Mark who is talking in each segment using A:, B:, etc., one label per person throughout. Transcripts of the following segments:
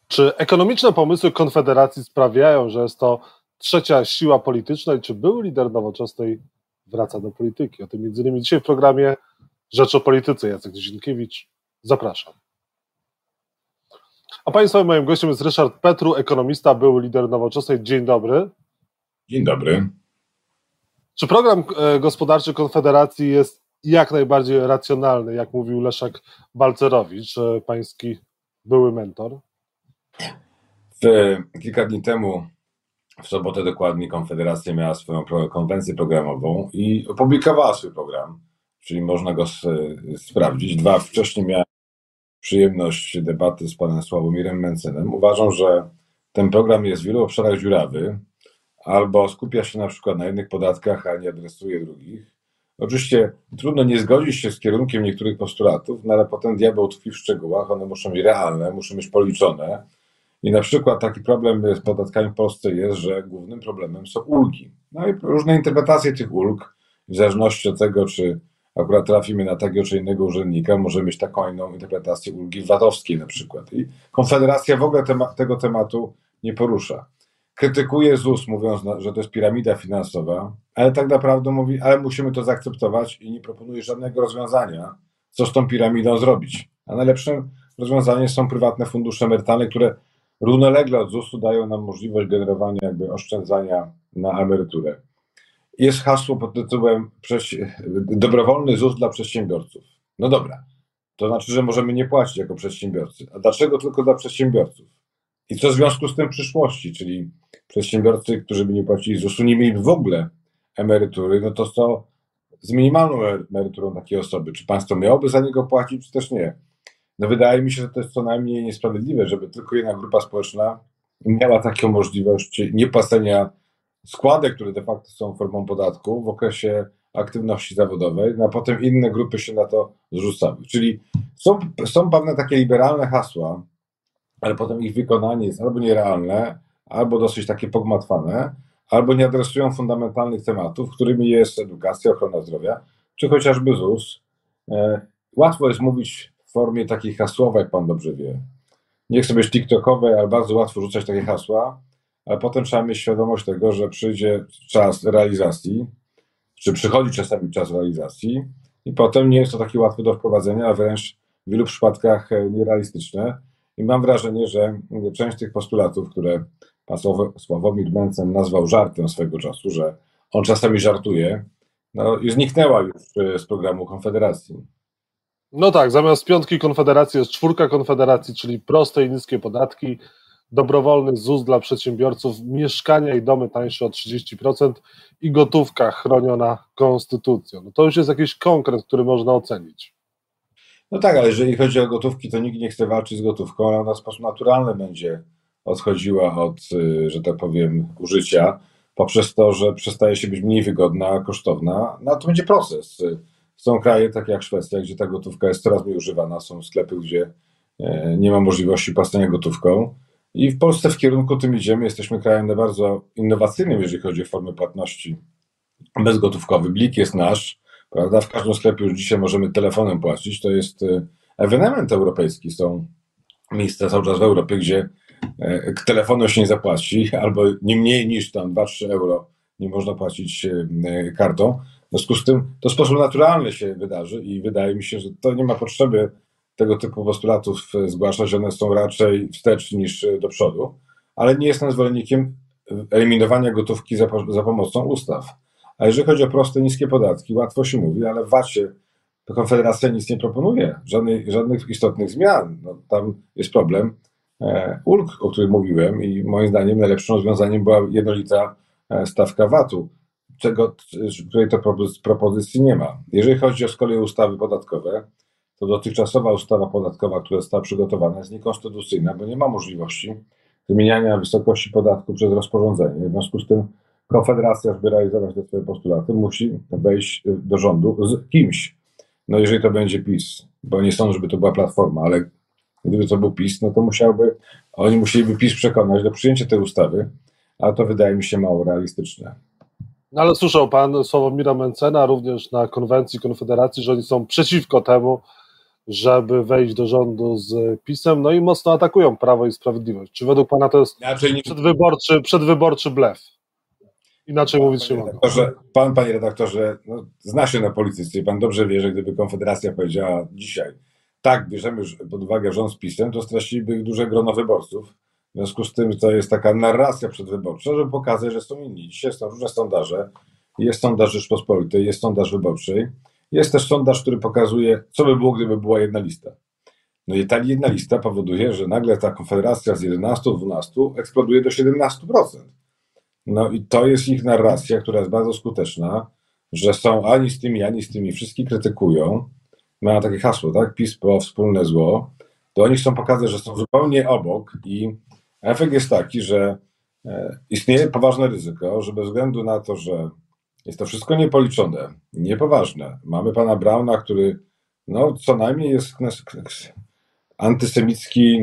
A: Czy ekonomiczne pomysły Konfederacji sprawiają, że jest to trzecia siła polityczna i czy były lider Nowoczesnej wraca do polityki? O tym między innymi dzisiaj w programie Rzecz o Polityce. Jacek Zienkiewicz, zapraszam. A Państwa moim gościem jest Ryszard Petru, ekonomista, były lider Nowoczesnej. Dzień dobry.
B: Dzień dobry.
A: Czy program gospodarczy Konfederacji jest jak najbardziej racjonalny, jak mówił Leszek Balcerowicz, pański były mentor?
B: Kilka dni temu, w sobotę dokładnie, Konfederacja miała swoją konwencję programową i opublikowała swój program, czyli można go sprawdzić. Wcześniej miałem przyjemność debaty z panem Sławomirem Mencenem. Uważam, że ten program jest w wielu obszarach dziurawy, albo skupia się na przykład na jednych podatkach, a nie adresuje drugich. Oczywiście trudno nie zgodzić się z kierunkiem niektórych postulatów, no ale potem diabeł tkwi w szczegółach, one muszą być realne, muszą być policzone. I na przykład taki problem z podatkami w Polsce jest, że głównym problemem są ulgi. No i różne interpretacje tych ulg, w zależności od tego, czy akurat trafimy na takiego czy innego urzędnika, może mieć taką inną interpretację ulgi VAT-owskiej na przykład. I Konfederacja w ogóle tego tematu nie porusza. Krytykuje ZUS, mówiąc, że to jest piramida finansowa, ale tak naprawdę mówi, ale musimy to zaakceptować i nie proponuje żadnego rozwiązania, co z tą piramidą zrobić. A najlepszym rozwiązaniem są prywatne fundusze emerytalne, które równolegle od ZUS-u dają nam możliwość generowania oszczędzania na emeryturę. Jest hasło pod tytułem dobrowolny ZUS dla przedsiębiorców. No dobra, to znaczy, że możemy nie płacić jako przedsiębiorcy. A dlaczego tylko dla przedsiębiorców? I co w związku z tym w przyszłości? Czyli przedsiębiorcy, którzy by nie płacili ZUS-u, nie mieli w ogóle emerytury, no to co z minimalną emeryturą takiej osoby? Czy państwo miałoby za niego płacić, czy też nie? No wydaje mi się, że to jest co najmniej niesprawiedliwe, żeby tylko jedna grupa społeczna miała taką możliwość niepłacenia składek, które de facto są formą podatku w okresie aktywności zawodowej, a potem inne grupy się na to zrzucały. Czyli są pewne takie liberalne hasła, ale potem ich wykonanie jest albo nierealne, albo dosyć takie pogmatwane, albo nie adresują fundamentalnych tematów, którymi jest edukacja, ochrona zdrowia, czy chociażby ZUS. Łatwo jest mówić w formie takich hasłowej, jak pan dobrze wie. Nie chcę być tiktokowy, ale bardzo łatwo rzucać takie hasła, ale potem trzeba mieć świadomość tego, że przyjdzie czas realizacji, czy przychodzi czasami czas realizacji i potem nie jest to takie łatwe do wprowadzenia, a wręcz w wielu przypadkach nierealistyczne. I mam wrażenie, że część tych postulatów, które pan Sławomir Mencen nazwał żartem swego czasu, że on czasami żartuje, no i zniknęła już z programu Konfederacji.
A: No tak, zamiast piątki Konfederacji jest czwórka Konfederacji, czyli proste i niskie podatki, dobrowolny ZUS dla przedsiębiorców, mieszkania i domy tańsze o 30% i gotówka chroniona konstytucją. No to już jest jakiś konkret, który można ocenić.
B: No tak, ale jeżeli chodzi o gotówki, to nikt nie chce walczyć z gotówką, ale ona w sposób naturalny będzie odchodziła od, że tak powiem, użycia, poprzez to, że przestaje się być mniej wygodna, kosztowna. No to będzie proces. Są kraje takie jak Szwecja, gdzie ta gotówka jest coraz mniej używana, są sklepy, gdzie nie ma możliwości płacenia gotówką. I w Polsce w kierunku tym idziemy. Jesteśmy krajem bardzo innowacyjnym, jeżeli chodzi o formy płatności bezgotówkowych. Blik jest nasz, prawda? W każdym sklepie już dzisiaj możemy telefonem płacić. To jest ewenement europejski. Są miejsca cały czas w Europie, gdzie telefonem się nie zapłaci, albo nie mniej niż tam 2-3 euro nie można płacić kartą. W związku z tym to w sposób naturalny się wydarzy i wydaje mi się, że to nie ma potrzeby tego typu postulatów zgłaszać, one są raczej wstecz niż do przodu, ale nie jestem zwolennikiem eliminowania gotówki za pomocą ustaw. A jeżeli chodzi o proste, niskie podatki, łatwo się mówi, ale w VAT-ie to Konfederacja nic nie proponuje, żadnych istotnych zmian. No, tam jest problem ulg, o których mówiłem i moim zdaniem najlepszym rozwiązaniem była jednolita stawka VAT-u, której to propozycji nie ma. Jeżeli chodzi z kolei o ustawy podatkowe, to dotychczasowa ustawa podatkowa, która została przygotowana, jest niekonstytucyjna, bo nie ma możliwości zmieniania wysokości podatku przez rozporządzenie. W związku z tym Konfederacja, żeby realizować te swoje postulaty, musi wejść do rządu z kimś. No jeżeli to będzie PiS, bo nie sądzę, żeby to była Platforma, ale gdyby to był PiS, no to oni musieliby PiS przekonać do przyjęcia tej ustawy, a to wydaje mi się mało realistyczne.
A: No ale słyszał pan Sławomira Mencena również na konwencji Konfederacji, że oni są przeciwko temu, żeby wejść do rządu z PiS-em, no i mocno atakują Prawo i Sprawiedliwość. Czy według pana to jest przedwyborczy blef? Inaczej mówić nie mogę.
B: Panie redaktorze, no, zna się na polityce i pan dobrze wie, że gdyby Konfederacja powiedziała dzisiaj, tak, bierzemy już pod uwagę rząd z PiS-em, to straciliby duże grono wyborców. W związku z tym to jest taka narracja przedwyborcza, żeby pokazać, że są inni. Dzisiaj są różne sondaże. Jest sondaż Rzeczpospolitej, jest sondaż wyborczej. Jest też sondaż, który pokazuje, co by było, gdyby była jedna lista. No i ta jedna lista powoduje, że nagle ta Konfederacja z 11-12 eksploduje do 17%. No i to jest ich narracja, która jest bardzo skuteczna, że są ani z tymi, wszystkich krytykują. Mają takie hasło, tak? PiS po wspólne zło. To oni chcą pokazać, że są zupełnie obok i efekt jest taki, że istnieje poważne ryzyko, że bez względu na to, że jest to wszystko niepoliczone, niepoważne. Mamy pana Brauna, który no, co najmniej jest antysemicki,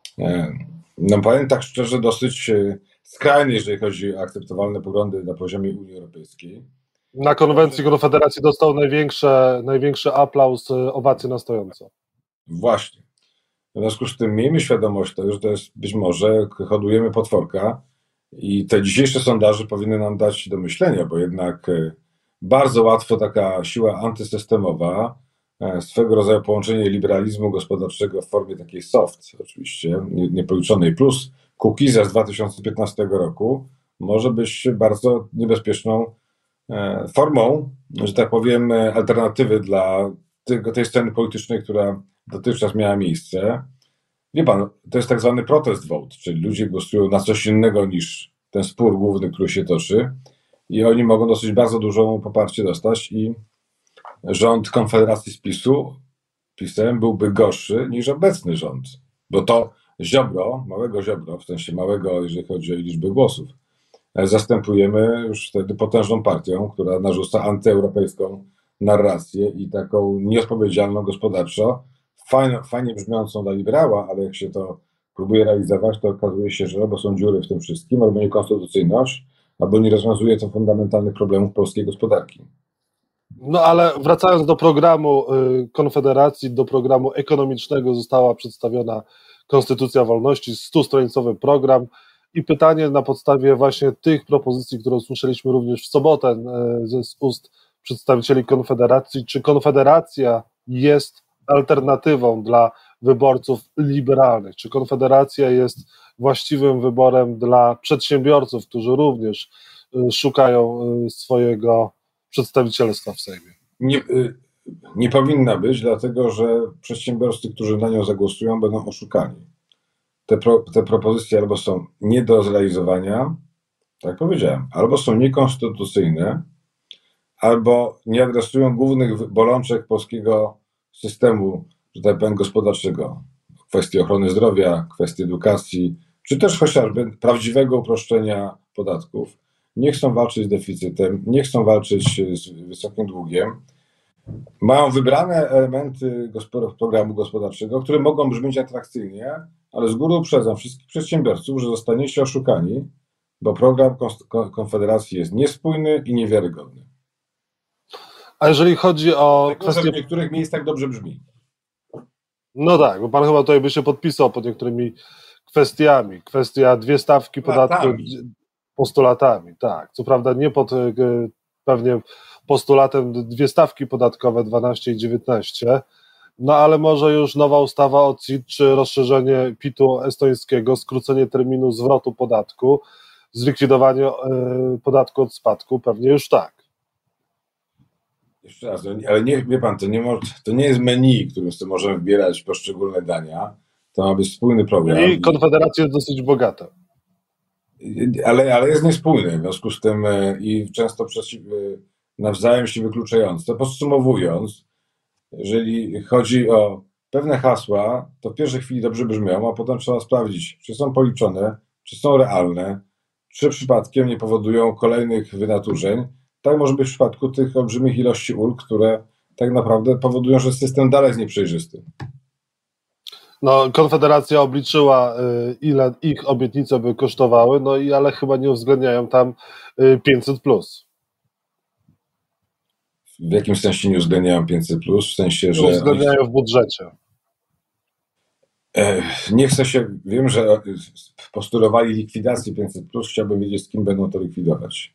B: no powiem tak szczerze, dosyć skrajny, jeżeli chodzi o akceptowalne poglądy na poziomie Unii Europejskiej.
A: Na konwencji Konfederacji dostał największy aplauz, owację na stojąco.
B: Właśnie. W związku z tym miejmy świadomość tego, że to jest być może hodujemy potworka i te dzisiejsze sondaże powinny nam dać do myślenia, bo jednak bardzo łatwo taka siła antysystemowa, swego rodzaju połączenie liberalizmu gospodarczego w formie takiej soft, oczywiście, niepoliczonej, plus Kukiza z 2015 roku, może być bardzo niebezpieczną formą, że tak powiem, alternatywy dla tej sceny politycznej, która dotychczas miała miejsce. Wie pan, to jest tak zwany protest vote, czyli ludzie głosują na coś innego niż ten spór główny, który się toczy i oni mogą dosyć bardzo dużą poparcie dostać i rząd Konfederacji z PiS-em byłby gorszy niż obecny rząd, bo to małego Ziobro, w sensie małego, jeżeli chodzi o liczbę głosów, zastępujemy już wtedy potężną partią, która narzuca antyeuropejską narrację i taką nieodpowiedzialną gospodarczo, fajnie brzmiącą dla liberała, ale jak się to próbuje realizować, to okazuje się, że albo są dziury w tym wszystkim, albo niekonstytucyjność, albo nie rozwiązuje to fundamentalnych problemów polskiej gospodarki.
A: No ale wracając do programu Konfederacji, do programu ekonomicznego została przedstawiona Konstytucja Wolności, 100-stronicowy program i pytanie na podstawie właśnie tych propozycji, które usłyszeliśmy również w sobotę z ust przedstawicieli Konfederacji, czy Konfederacja jest alternatywą dla wyborców liberalnych, czy Konfederacja jest właściwym wyborem dla przedsiębiorców, którzy również szukają swojego przedstawicielstwa w Sejmie?
B: Nie powinna być, dlatego że przedsiębiorcy, którzy na nią zagłosują, będą oszukani. Te propozycje albo są nie do zrealizowania, tak jak powiedziałem, albo są niekonstytucyjne, albo nie adresują głównych bolączek polskiego systemu, że tak powiem, gospodarczego. Kwestii ochrony zdrowia, kwestii edukacji, czy też chociażby prawdziwego uproszczenia podatków. Nie chcą walczyć z deficytem, nie chcą walczyć z wysokim długiem. Mają wybrane elementy programu gospodarczego, które mogą brzmieć atrakcyjnie, ale z góry uprzedzam wszystkich przedsiębiorców, że zostaniecie oszukani, bo program Konfederacji jest niespójny i niewiarygodny.
A: A jeżeli chodzi o kwestię...
B: W niektórych miejscach dobrze brzmi.
A: No tak, bo pan chyba tutaj by się podpisał pod niektórymi kwestiami. Kwestia 2 stawki podatku postulatami, tak. Co prawda nie pod pewnie postulatem 2 stawki podatkowe 12 i 19, no ale może już nowa ustawa o CIT, czy rozszerzenie PIT-u estońskiego, skrócenie terminu zwrotu podatku, zlikwidowanie podatku od spadku, pewnie już tak.
B: Jeszcze raz, ale nie, wie pan, to nie jest menu, którym sobie możemy wybierać poszczególne dania, to ma być spójny program.
A: I Konfederacja jest dosyć bogata.
B: Ale jest niespójny, w związku z tym i często nawzajem się wykluczające. Podsumowując, jeżeli chodzi o pewne hasła, to w pierwszej chwili dobrze brzmią, a potem trzeba sprawdzić, czy są policzone, czy są realne, czy przypadkiem nie powodują kolejnych wynaturzeń. Tak może być w przypadku tych olbrzymich ilości ulg, które tak naprawdę powodują, że system dalej jest nieprzejrzysty.
A: No, Konfederacja obliczyła, ile ich obietnice by kosztowały, no i ale chyba nie uwzględniają tam 500+.
B: w jakimś sensie nie uwzględniają 500+, w sensie, że...
A: Uwzględniają w budżecie.
B: Nie chcę się, wiem, że postulowali likwidację 500+, chciałbym wiedzieć, z kim będą to likwidować.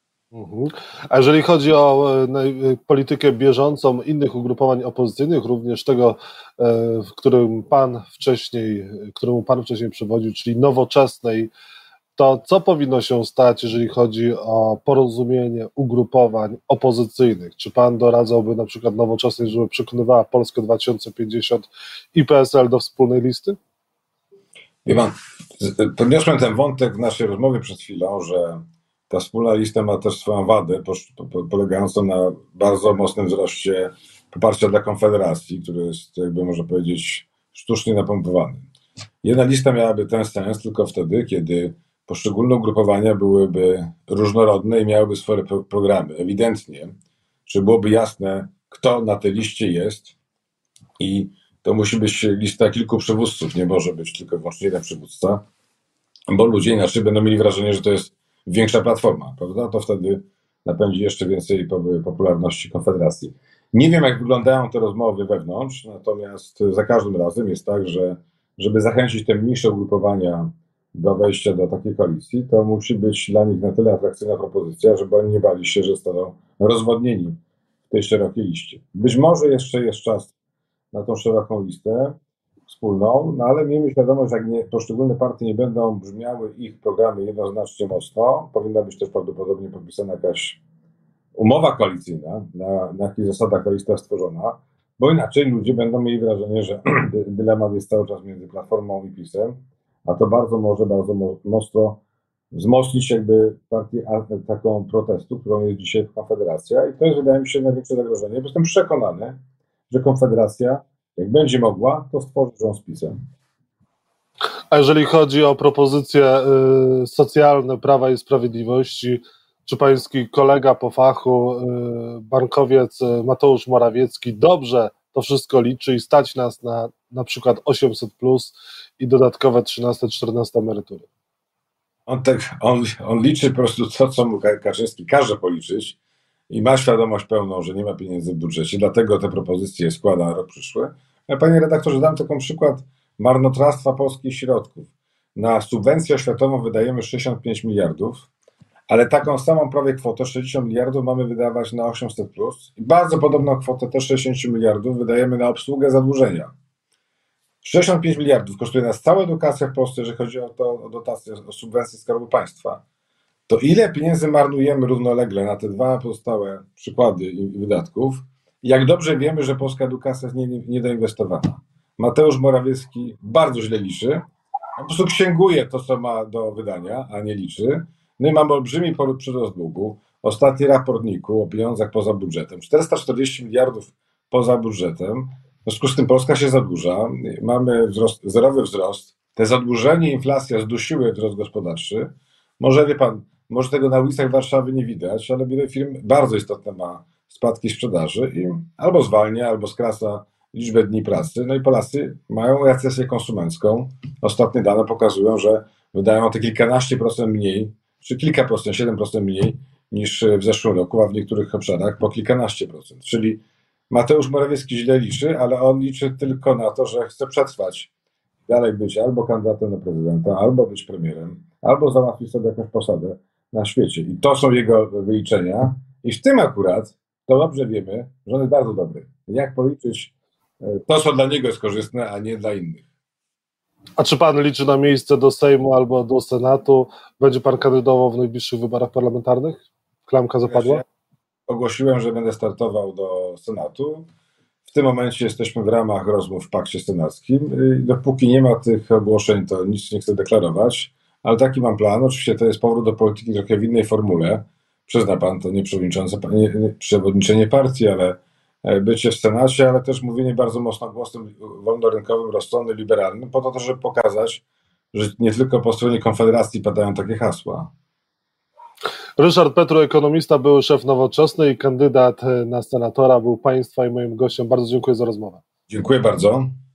A: A jeżeli chodzi o politykę bieżącą innych ugrupowań opozycyjnych, również tego, któremu pan wcześniej przewodził, czyli Nowoczesnej, to co powinno się stać, jeżeli chodzi o porozumienie ugrupowań opozycyjnych? Czy pan doradzałby na przykład Nowoczesnej, żeby przekonywała Polskę 2050 i PSL do wspólnej listy?
B: Wie pan, podniosłem ten wątek w naszej rozmowie przed chwilą, że ta wspólna lista ma też swoją wadę, polegającą na bardzo mocnym wzroście poparcia dla Konfederacji, który jest, jakby można powiedzieć, sztucznie napompowany. Jedna lista miałaby ten sens tylko wtedy, kiedy poszczególne ugrupowania byłyby różnorodne i miałyby swoje programy. Ewidentnie, że byłoby jasne, kto na tej liście jest, i to musi być lista kilku przywódców, nie może być tylko i wyłącznie jeden przywódca, bo ludzie inaczej będą mieli wrażenie, że to jest większa platforma, prawda? To wtedy napędzi jeszcze więcej popularności Konfederacji. Nie wiem, jak wyglądają te rozmowy wewnątrz, natomiast za każdym razem jest tak, że żeby zachęcić te mniejsze ugrupowania do wejścia do takiej koalicji, to musi być dla nich na tyle atrakcyjna propozycja, żeby oni nie bali się, że zostaną rozwodnieni w tej szerokiej liście. Być może jeszcze jest czas na tą szeroką listę wspólną, no ale miejmy świadomość, że jak poszczególne partie nie będą brzmiały ich programy jednoznacznie mocno, powinna być też prawdopodobnie podpisana jakaś umowa koalicyjna, na jakich zasadach ta lista jest stworzona, bo inaczej ludzie będą mieli wrażenie, że dylemat jest cały czas między Platformą i PiS-em, a to bardzo mocno wzmocnić jakby partię taką protestu, którą jest dzisiaj Konfederacja, i to jest, wydaje mi się, największe zagrożenie, bo jestem przekonany, że Konfederacja, jak będzie mogła, to stworzy rząd z PiS-em.
A: A jeżeli chodzi o propozycje socjalne Prawa i Sprawiedliwości, czy pański kolega po fachu, bankowiec Mateusz Morawiecki dobrze to wszystko liczy i stać nas na przykład 800+ i dodatkowe 13-14 emerytury?
B: On liczy po prostu to, co mu Kaczyński każe policzyć, i ma świadomość pełną, że nie ma pieniędzy w budżecie, dlatego te propozycje składa na rok przyszły. Panie redaktorze, dam taki przykład marnotrawstwa polskich środków. Na subwencję oświatową wydajemy 65 miliardów, ale taką samą prawie kwotę, 60 miliardów, mamy wydawać na 800+, i bardzo podobną kwotę, też 60 miliardów, wydajemy na obsługę zadłużenia. 65 miliardów kosztuje nas cała edukacja w Polsce, jeżeli chodzi o dotacje, o subwencje Skarbu Państwa. To ile pieniędzy marnujemy równolegle na te dwa pozostałe przykłady wydatków? I jak dobrze wiemy, że polska edukacja jest niedoinwestowana. Mateusz Morawiecki bardzo źle liczy, po prostu księguje to, co ma do wydania, a nie liczy. No i mamy olbrzymi przyrost długu. Ostatni raport NIK-u o pieniądzach poza budżetem. 440 miliardów poza budżetem. W związku z tym Polska się zadłuża. Mamy zerowy wzrost. Te zadłużenie i inflacja zdusiły wzrost gospodarczy. Może, wie pan, może tego na ulicach Warszawy nie widać, ale wiele firm bardzo istotne ma spadki sprzedaży i albo zwalnia, albo skraca liczbę dni pracy. No i Polacy mają recesję konsumencką. Ostatnie dane pokazują, że wydają te kilkanaście procent mniej, czy kilka procent, 7% mniej niż w zeszłym roku, a w niektórych obszarach po kilkanaście procent. Czyli Mateusz Morawiecki źle liczy, ale on liczy tylko na to, że chce przetrwać, dalej być albo kandydatem na prezydenta, albo być premierem, albo załatwić sobie jakąś posadę na świecie. I to są jego wyliczenia. I w tym akurat to dobrze wiemy, że on jest bardzo dobry. Jak policzyć to, co dla niego jest korzystne, a nie dla innych.
A: A czy pan liczy na miejsce do Sejmu albo do Senatu? Będzie pan kandydował w najbliższych wyborach parlamentarnych? Klamka zapadła?
B: Ja ogłosiłem, że będę startował do Senatu. W tym momencie jesteśmy w ramach rozmów w pakcie senackim. Dopóki nie ma tych ogłoszeń, to nic nie chcę deklarować, ale taki mam plan. Oczywiście to jest powrót do polityki trochę w innej formule. Przyzna pan, to nie przewodniczenie partii, ale bycie w Senacie, ale też mówienie bardzo mocno głosem wolnorynkowym, rozsądnym, liberalnym, po to też, żeby pokazać, że nie tylko po stronie Konfederacji padają takie hasła.
A: Ryszard Petru, ekonomista, były szef Nowoczesnej i kandydat na senatora, był państwa i moim gościem. Bardzo dziękuję za rozmowę.
B: Dziękuję bardzo.